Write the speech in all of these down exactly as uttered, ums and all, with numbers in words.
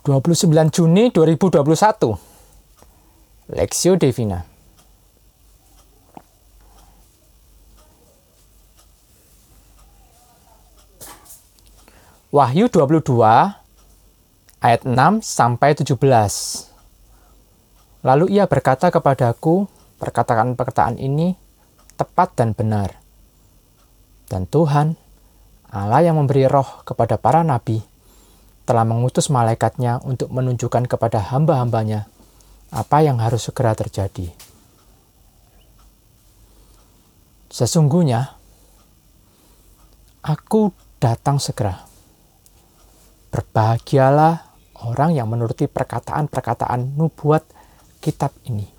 dua puluh sembilan Juni dua ribu dua puluh satu. Lexio Divina. Wahyu dua puluh dua ayat enam sampai tujuh belas. Lalu ia berkata kepadaku, perkataan-perkataan ini tepat dan benar. Dan Tuhan, Allah yang memberi roh kepada para nabi, telah mengutus malaikatnya untuk menunjukkan kepada hamba-hambanya apa yang harus segera terjadi. Sesungguhnya, aku datang segera. Berbahagialah orang yang menuruti perkataan-perkataan nubuat kitab ini.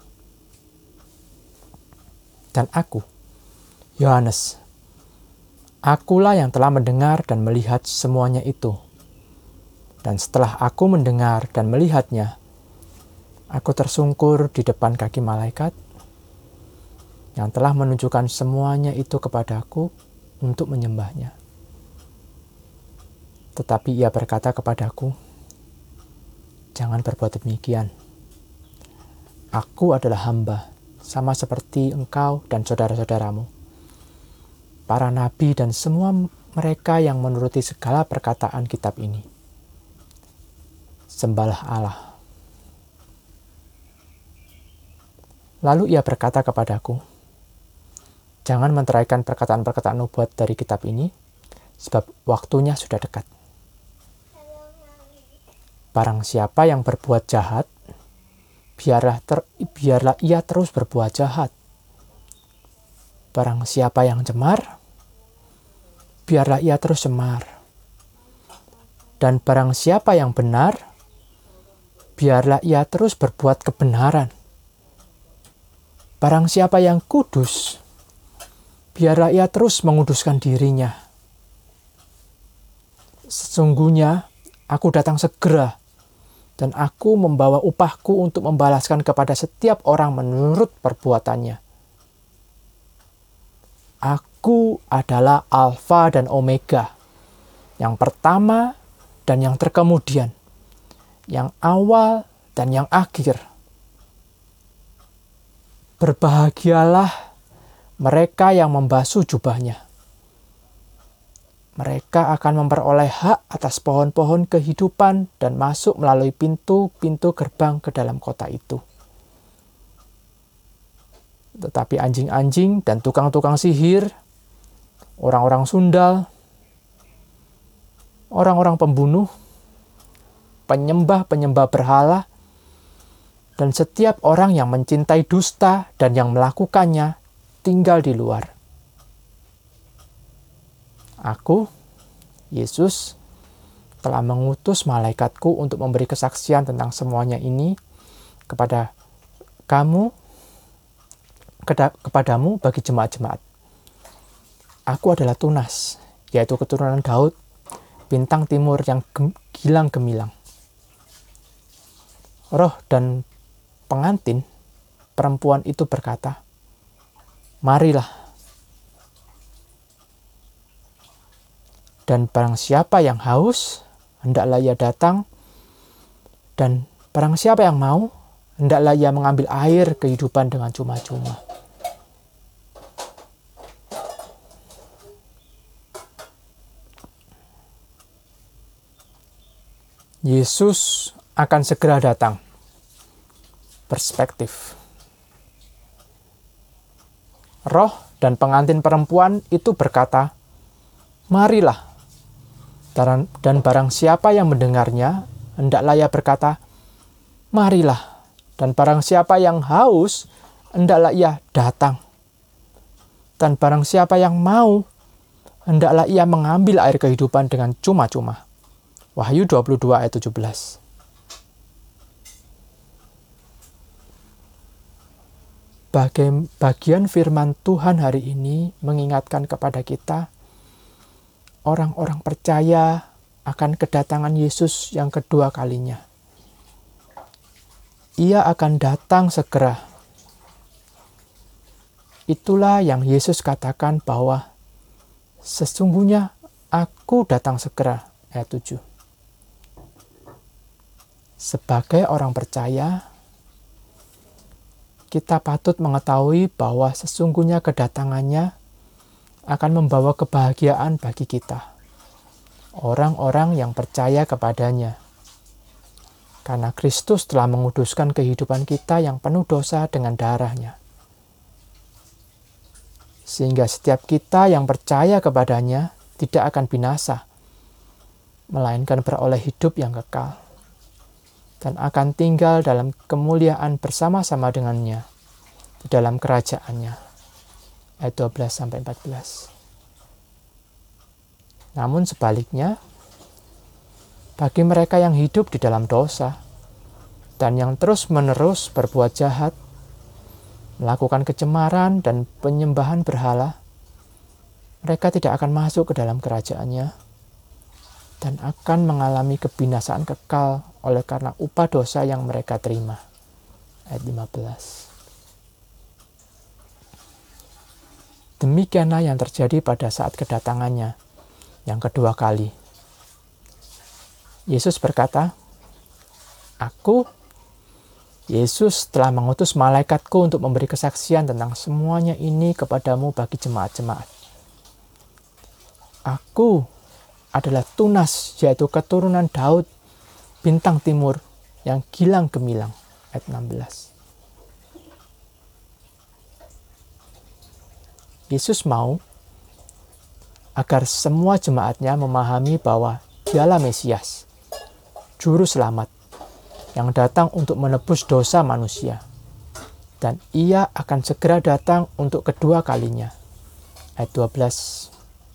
Dan aku, Yohanes, akulah yang telah mendengar dan melihat semuanya itu. Dan setelah aku mendengar dan melihatnya, aku tersungkur di depan kaki malaikat yang telah menunjukkan semuanya itu kepadaku untuk menyembahnya. Tetapi ia berkata kepadaku, jangan berbuat demikian. Aku adalah hamba, sama seperti engkau dan saudara-saudaramu, para nabi dan semua mereka yang menuruti segala perkataan kitab ini. Sembahlah Allah. Lalu ia berkata kepadaku, jangan menteraikan perkataan-perkataan nubuat dari kitab ini, sebab waktunya sudah dekat. Barang siapa yang berbuat jahat, biarlah, ter, biarlah ia terus berbuat jahat. Barang siapa yang cemar, biarlah ia terus cemar. Dan barang siapa yang benar, biarlah ia terus berbuat kebenaran. Barang siapa yang kudus, biarlah ia terus menguduskan dirinya. Sesungguhnya aku datang segera, dan aku membawa upahku untuk membalaskan kepada setiap orang menurut perbuatannya. Aku adalah Alfa dan Omega, yang pertama dan yang terkemudian, yang awal dan yang akhir. Berbahagialah mereka yang membasuh jubahnya. Mereka akan memperoleh hak atas pohon-pohon kehidupan dan masuk melalui pintu-pintu gerbang ke dalam kota itu. Tetapi anjing-anjing dan tukang-tukang sihir, orang-orang sundal, orang-orang pembunuh, penyembah-penyembah berhala, dan setiap orang yang mencintai dusta dan yang melakukannya tinggal di luar. Aku, Yesus, telah mengutus malaikatku untuk memberi kesaksian tentang semuanya ini kepada kamu, keda, kepadamu bagi jemaat-jemaat. Aku adalah Tunas, yaitu keturunan Daud, bintang timur yang gem, gilang gemilang. Roh dan pengantin perempuan itu berkata, marilah. Dan barang siapa yang haus, hendaklah ia datang. Dan barang siapa yang mau, hendaklah ia mengambil air kehidupan dengan cuma-cuma. Yesus akan segera datang. Perspektif. Roh dan pengantin perempuan itu berkata, marilah. Dan barang siapa yang mendengarnya, hendaklah ia berkata, marilah. Dan barang siapa yang haus, hendaklah ia datang. Dan barang siapa yang mau, hendaklah ia mengambil air kehidupan dengan cuma-cuma. Wahyu dua puluh dua ayat tujuh belas. Bagian firman Tuhan hari ini mengingatkan kepada kita, orang-orang percaya akan kedatangan Yesus yang kedua kalinya. Ia akan datang segera. Itulah yang Yesus katakan bahwa sesungguhnya aku datang segera. Ayat tujuh. Sebagai orang percaya, kita patut mengetahui bahwa sesungguhnya kedatangannya akan membawa kebahagiaan bagi kita, orang-orang yang percaya kepadanya. Karena Kristus telah menguduskan kehidupan kita yang penuh dosa dengan darahnya. Sehingga setiap kita yang percaya kepadanya tidak akan binasa, melainkan beroleh hidup yang kekal, dan akan tinggal dalam kemuliaan bersama-sama dengannya di dalam kerajaannya. Ayat dua belas sampai empat belas. Namun sebaliknya, bagi mereka yang hidup di dalam dosa dan yang terus-menerus berbuat jahat, melakukan kecemaran dan penyembahan berhala, mereka tidak akan masuk ke dalam kerajaannya dan akan mengalami kebinasaan kekal oleh karena upah dosa yang mereka terima. Ayat lima belas. Demikianlah yang terjadi pada saat kedatangannya yang kedua kali. Yesus berkata, "Aku, Yesus, telah mengutus malaikatku untuk memberi kesaksian tentang semuanya ini kepadamu bagi jemaat-jemaat. Aku adalah Tunas, yaitu keturunan Daud, bintang timur, yang gilang gemilang." Ayat enam belas. Yesus mau agar semua jemaatnya memahami bahwa Dialah Mesias, Juru Selamat, yang datang untuk menebus dosa manusia. Dan Ia akan segera datang untuk kedua kalinya. Ayat dua belas.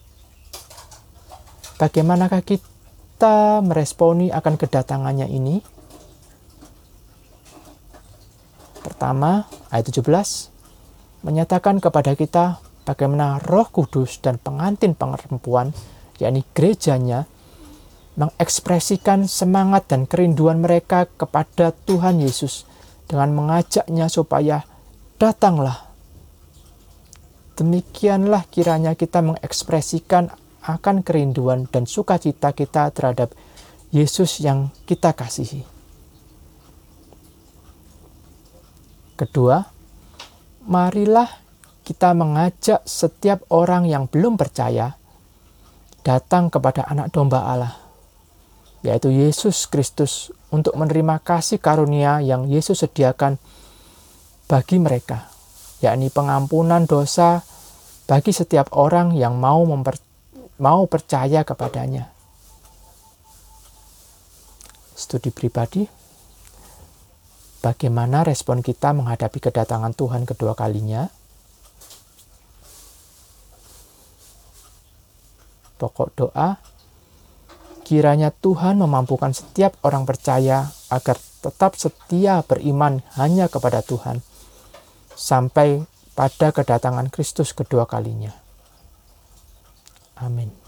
Bagaimanakah kita meresponi akan kedatangannya ini? Pertama, ayat tujuh belas, menyatakan kepada kita bagaimana Roh Kudus dan pengantin perempuan, yakni gerejanya, mengekspresikan semangat dan kerinduan mereka kepada Tuhan Yesus dengan mengajaknya supaya datanglah. Demikianlah kiranya kita mengekspresikan akan kerinduan dan sukacita kita terhadap Yesus yang kita kasihi. Kedua, marilah kita mengajak setiap orang yang belum percaya datang kepada Anak Domba Allah, yaitu Yesus Kristus, untuk menerima kasih karunia yang Yesus sediakan bagi mereka, yakni pengampunan dosa bagi setiap orang yang mau memper, mau percaya kepadanya. Studi pribadi, bagaimana respon kita menghadapi kedatangan Tuhan kedua kalinya? Pokok doa, kiranya Tuhan memampukan setiap orang percaya agar tetap setia beriman hanya kepada Tuhan sampai pada kedatangan Kristus kedua kalinya. Amin.